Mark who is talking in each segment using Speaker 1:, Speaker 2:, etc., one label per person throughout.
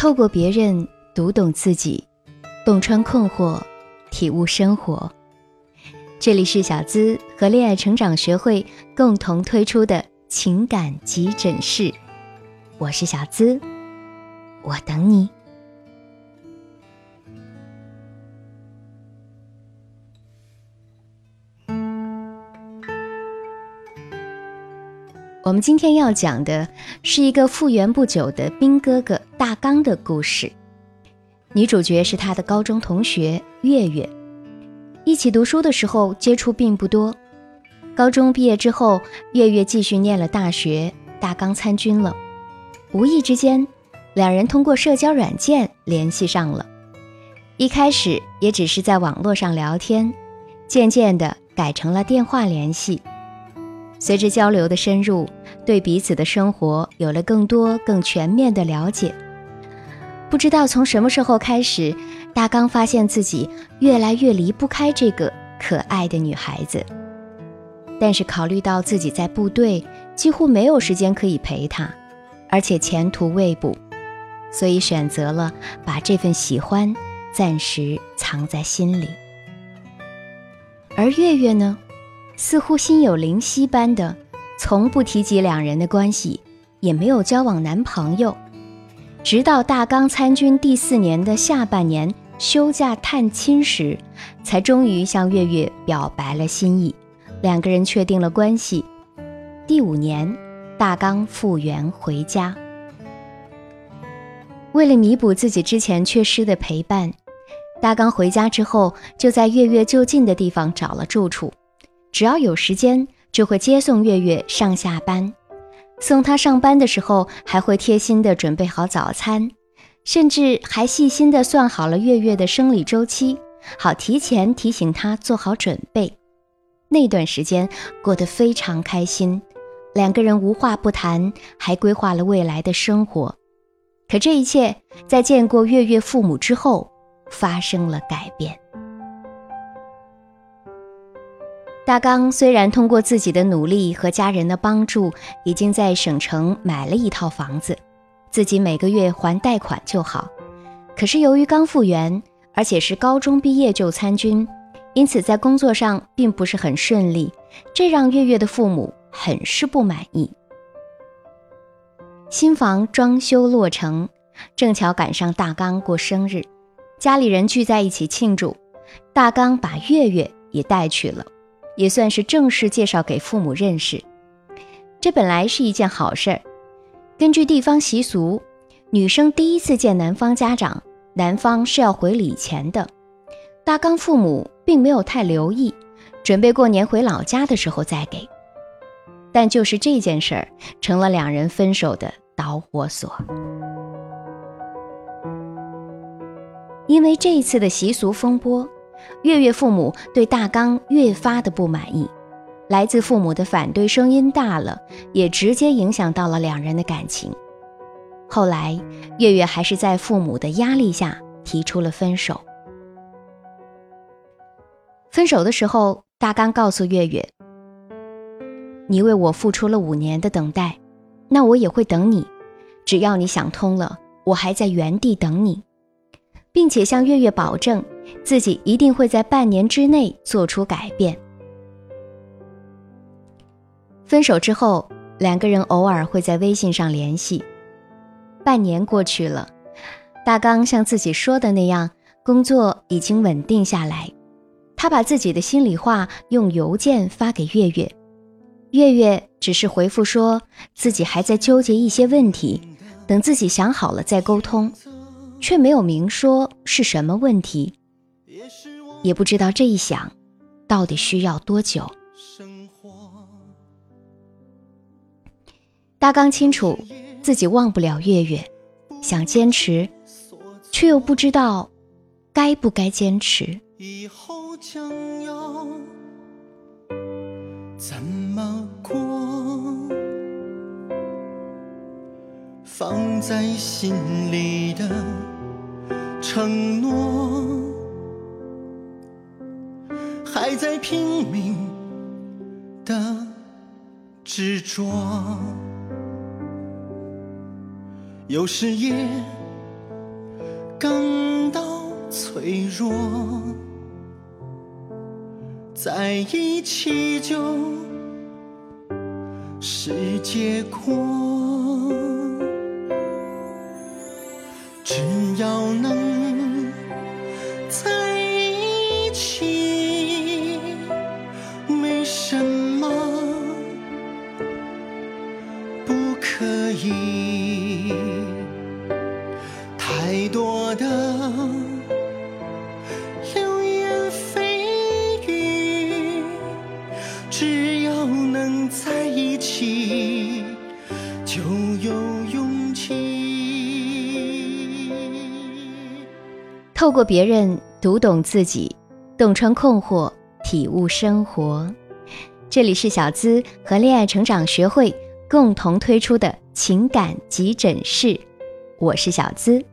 Speaker 1: 透过别人读懂自己，洞穿困惑，体悟生活。这里是小资和恋爱成长学会共同推出的情感急诊室，我是小资，我等你。我们今天要讲的是一个复原不久的兵哥哥大刚的故事。女主角是他的高中同学月月，一起读书的时候接触并不多。高中毕业之后，月月继续念了大学，大刚参军了。无意之间，两人通过社交软件联系上了。一开始也只是在网络上聊天，渐渐的改成了电话联系。随着交流的深入，对彼此的生活有了更多更全面的了解。不知道从什么时候开始，大刚发现自己越来越离不开这个可爱的女孩子。但是考虑到自己在部队几乎没有时间可以陪她，而且前途未卜，所以选择了把这份喜欢暂时藏在心里。而月月呢，似乎心有灵犀般的，从不提及两人的关系，也没有交往男朋友。直到大刚参军第4年的下半年休假探亲时，才终于向月月表白了心意，两个人确定了关系。第5年，大刚复员回家。为了弥补自己之前缺失的陪伴，大刚回家之后就在月月就近的地方找了住处，只要有时间就会接送月月上下班，送她上班的时候还会贴心地准备好早餐，甚至还细心地算好了月月的生理周期，好提前提醒她做好准备。那段时间过得非常开心，两个人无话不谈，还规划了未来的生活。可这一切在见过月月父母之后发生了改变。大刚虽然通过自己的努力和家人的帮助，已经在省城买了一套房子，自己每个月还贷款就好。可是由于刚复员，而且是高中毕业就参军，因此在工作上并不是很顺利，这让月月的父母很是不满意。新房装修落成，正巧赶上大刚过生日，家里人聚在一起庆祝，大刚把月月也带去了，也算是正式介绍给父母认识。这本来是一件好事儿。根据地方习俗，女生第一次见男方家长，男方是要回礼钱的。大刚父母并没有太留意，准备过年回老家的时候再给。但就是这件事儿，成了两人分手的导火索。因为这一次的习俗风波，月月父母对大刚越发的不满意，来自父母的反对声音大了，也直接影响到了两人的感情。后来月月还是在父母的压力下提出了分手。分手的时候，大刚告诉月月，你为我付出了5年的等待，那我也会等你，只要你想通了，我还在原地等你，并且向月月保证自己一定会在半年之内做出改变。分手之后，两个人偶尔会在微信上联系。半年过去了，大刚像自己说的那样，工作已经稳定下来。他把自己的心里话用邮件发给月月，月月只是回复说自己还在纠结一些问题，等自己想好了再沟通，却没有明说是什么问题，也不知道这一想到底需要多久。大刚清楚自己忘不了月月，想坚持，却又不知道该不该坚持。
Speaker 2: 以后将要怎么过，放在心里的承诺，还在拼命的执着，有时也脆弱，在一起就世界阔，只要能在一起，没什么不可以。太多的流言蜚语，只要能在一起，就有勇气。
Speaker 1: 透过别人读懂自己，洞穿困惑，体悟生活。这里是小资和恋爱成长学会共同推出的情感急诊室，我是小资。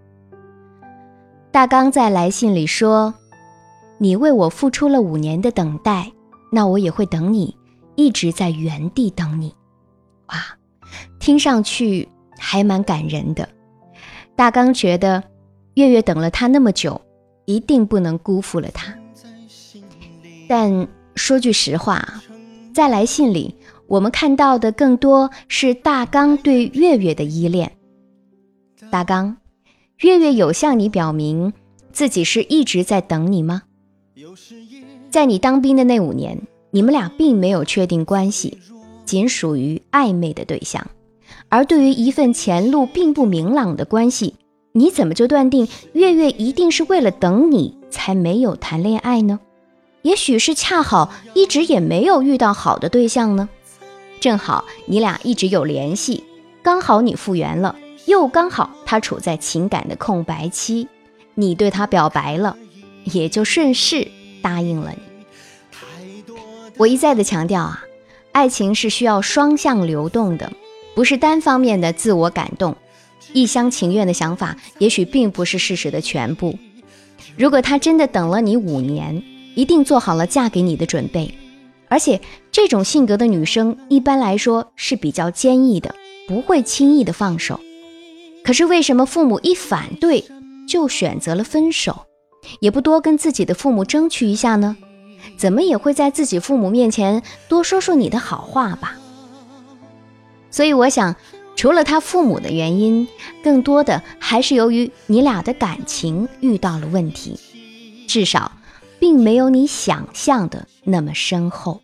Speaker 1: 大刚在来信里说，你为我付出了5年的等待，那我也会等你，一直在原地等你。哇，听上去还蛮感人的。大刚觉得月月等了他那么久，一定不能辜负了他。但说句实话，在来信里我们看到的更多是大刚对月月的依恋。大刚，月月有向你表明自己是一直在等你吗？在你当兵的那5年，你们俩并没有确定关系，仅属于暧昧的对象。而对于一份前路并不明朗的关系，你怎么就断定月月一定是为了等你才没有谈恋爱呢？也许是恰好一直也没有遇到好的对象呢？正好你俩一直有联系，刚好你复原了，又刚好他处在情感的空白期，你对他表白了，也就顺势答应了你。我一再的强调啊，爱情是需要双向流动的，不是单方面的自我感动，一厢情愿的想法也许并不是事实的全部。如果他真的等了你5年，一定做好了嫁给你的准备。而且这种性格的女生一般来说是比较坚毅的，不会轻易的放手。可是为什么父母一反对就选择了分手，也不多跟自己的父母争取一下呢？怎么也会在自己父母面前多说说你的好话吧。所以我想，除了他父母的原因，更多的还是由于你俩的感情遇到了问题，至少并没有你想象的那么深厚。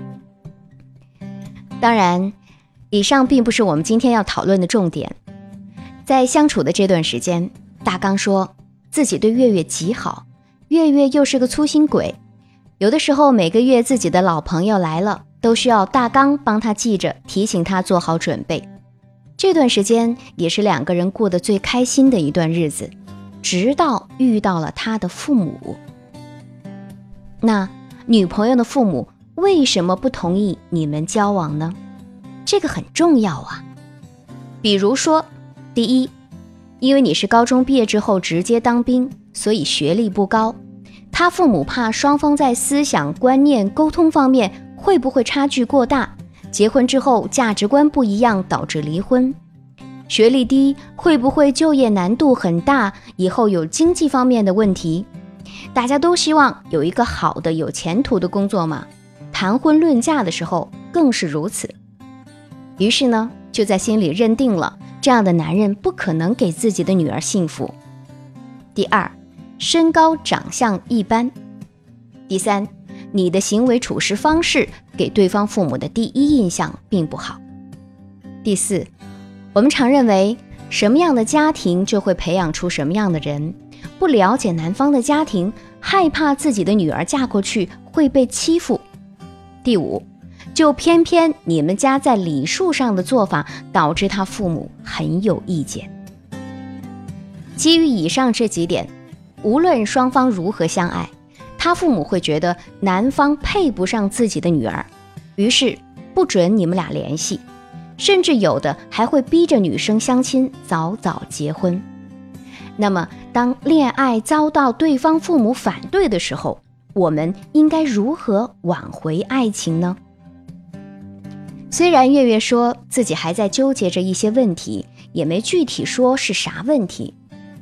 Speaker 1: 当然，以上并不是我们今天要讨论的重点。在相处的这段时间，大刚说自己对月月极好，月月又是个粗心鬼，有的时候每个月自己的老朋友来了，都需要大刚帮他记着，提醒他做好准备。这段时间也是2个人过得最开心的一段日子，直到遇到了他的父母。那女朋友的父母为什么不同意你们交往呢？这个很重要啊。比如说，第一，因为你是高中毕业之后直接当兵，所以学历不高，他父母怕双方在思想观念沟通方面会不会差距过大，结婚之后价值观不一样导致离婚。学历低会不会就业难度很大，以后有经济方面的问题。大家都希望有一个好的有前途的工作嘛，谈婚论嫁的时候更是如此。于是呢，就在心里认定了这样的男人不可能给自己的女儿幸福。第二，身高长相一般。第三，你的行为处事方式给对方父母的第一印象并不好。第四，我们常认为什么样的家庭就会培养出什么样的人，不了解男方的家庭，害怕自己的女儿嫁过去会被欺负。第五，就偏偏你们家在礼数上的做法导致他父母很有意见。基于以上这几点，无论双方如何相爱，他父母会觉得男方配不上自己的女儿，于是不准你们俩联系，甚至有的还会逼着女生相亲，早早结婚。那么当恋爱遭到对方父母反对的时候，我们应该如何挽回爱情呢？虽然月月说自己还在纠结着一些问题，也没具体说是啥问题，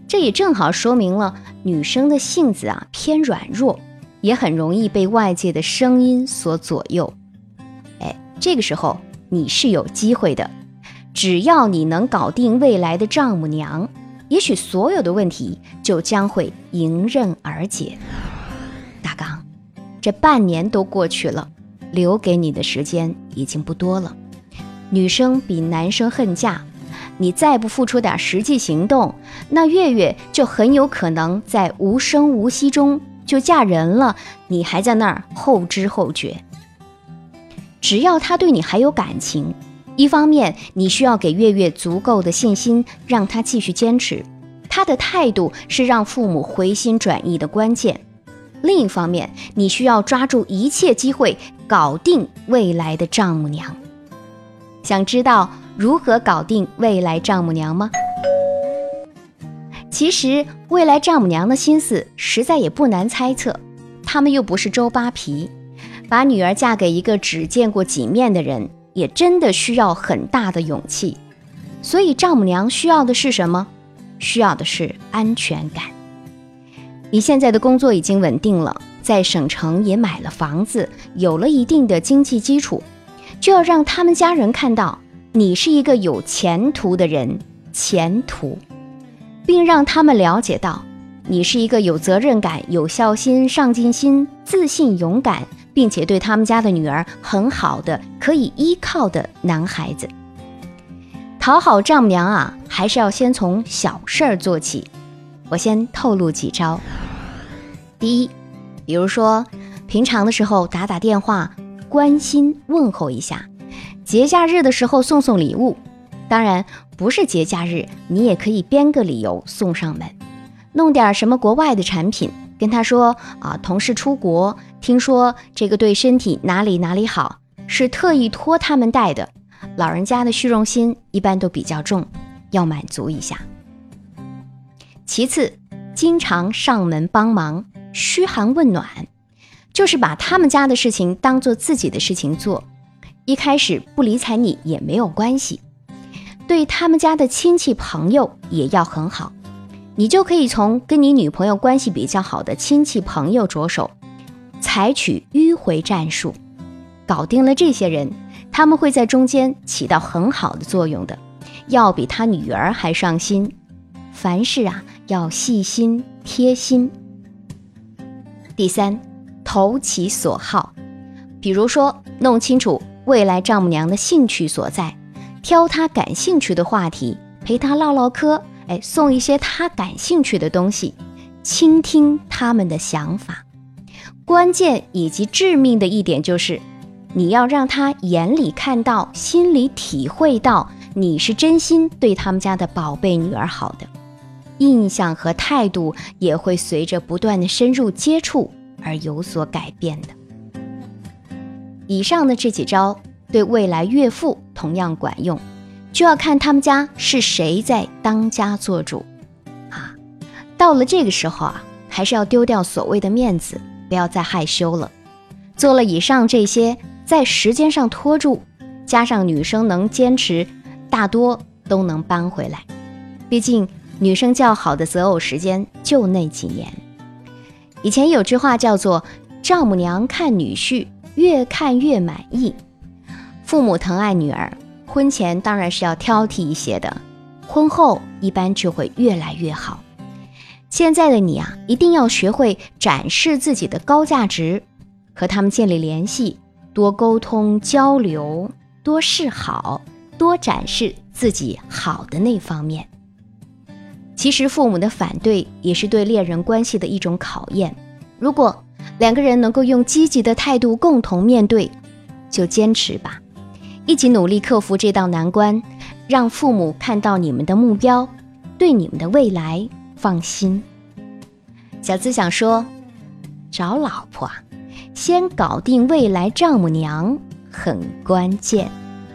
Speaker 1: 这也正好说明了女生的性子偏软弱，也很容易被外界的声音所左右。这个时候你是有机会的，只要你能搞定未来的丈母娘，也许所有的问题就将会迎刃而解。大刚，这半年都过去了，留给你的时间已经不多了。女生比男生恨嫁，你再不付出点实际行动，那月月就很有可能在无声无息中就嫁人了，你还在那儿后知后觉。只要他对你还有感情，一方面你需要给月月足够的信心，让他继续坚持，他的态度是让父母回心转意的关键。另一方面，你需要抓住一切机会搞定未来的丈母娘。想知道如何搞定未来丈母娘吗？其实未来丈母娘的心思实在也不难猜测，他们又不是周扒皮，把女儿嫁给一个只见过几面的人，也真的需要很大的勇气。所以丈母娘需要的是什么？需要的是安全感。你现在的工作已经稳定了，在省城也买了房子，有了一定的经济基础，就要让他们家人看到你是一个有前途的人，并让他们了解到你是一个有责任感、有孝心、上进心、自信、勇敢，并且对他们家的女儿很好的、可以依靠的男孩子。讨好丈母娘还是要先从小事儿做起。我先透露几招。第一，比如说平常的时候打电话，关心问候一下，节假日的时候送送礼物，当然不是节假日，你也可以编个理由送上门，弄点什么国外的产品，跟他说同事出国，听说这个对身体哪里好，是特意托他们带的。老人家的虚荣心一般都比较重，要满足一下。其次，经常上门帮忙，嘘寒问暖，就是把他们家的事情当做自己的事情做。一开始不理睬你也没有关系，对他们家的亲戚朋友也要很好。你就可以从跟你女朋友关系比较好的亲戚朋友着手，采取迂回战术。搞定了这些人，他们会在中间起到很好的作用的，要比他女儿还上心。凡事要细心贴心。第三，投其所好，比如说弄清楚未来丈母娘的兴趣所在，挑她感兴趣的话题，陪她唠唠嗑，送一些她感兴趣的东西，倾听他们的想法。关键以及致命的一点就是，你要让她眼里看到，心里体会到你是真心对他们家的宝贝女儿好的，印象和态度也会随着不断的深入接触而有所改变的。以上的这几招对未来岳父同样管用，就要看他们家是谁在当家做主到了这个时候还是要丢掉所谓的面子，不要再害羞了。做了以上这些，在时间上拖住，加上女生能坚持，大多都能扳回来。毕竟女生较好的择偶时间就那几年。以前有句话叫做丈母娘看女婿越看越满意。父母疼爱女儿，婚前当然是要挑剔一些的，婚后一般就会越来越好。现在的你一定要学会展示自己的高价值，和他们建立联系，多沟通交流，多示好，多展示自己好的那方面。其实父母的反对也是对恋人关系的一种考验，如果两个人能够用积极的态度共同面对，就坚持吧，一起努力克服这道难关，让父母看到你们的目标，对你们的未来放心。小资想说，找老婆先搞定未来丈母娘很关键。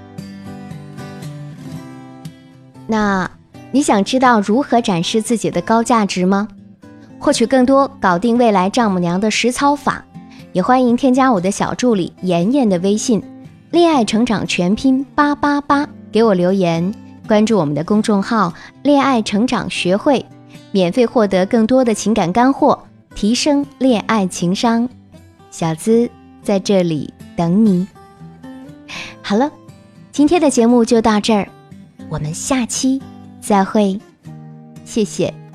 Speaker 1: 那你想知道如何展示自己的高价值吗？获取更多搞定未来丈母娘的实操法，也欢迎添加我的小助理妍妍的微信恋爱成长全拼888，给我留言，关注我们的公众号恋爱成长学会， 免费获得更多的情感干货，提升恋爱情商。小资在这里等你。好了，今天的节目就到这儿，我们下期再会，谢谢。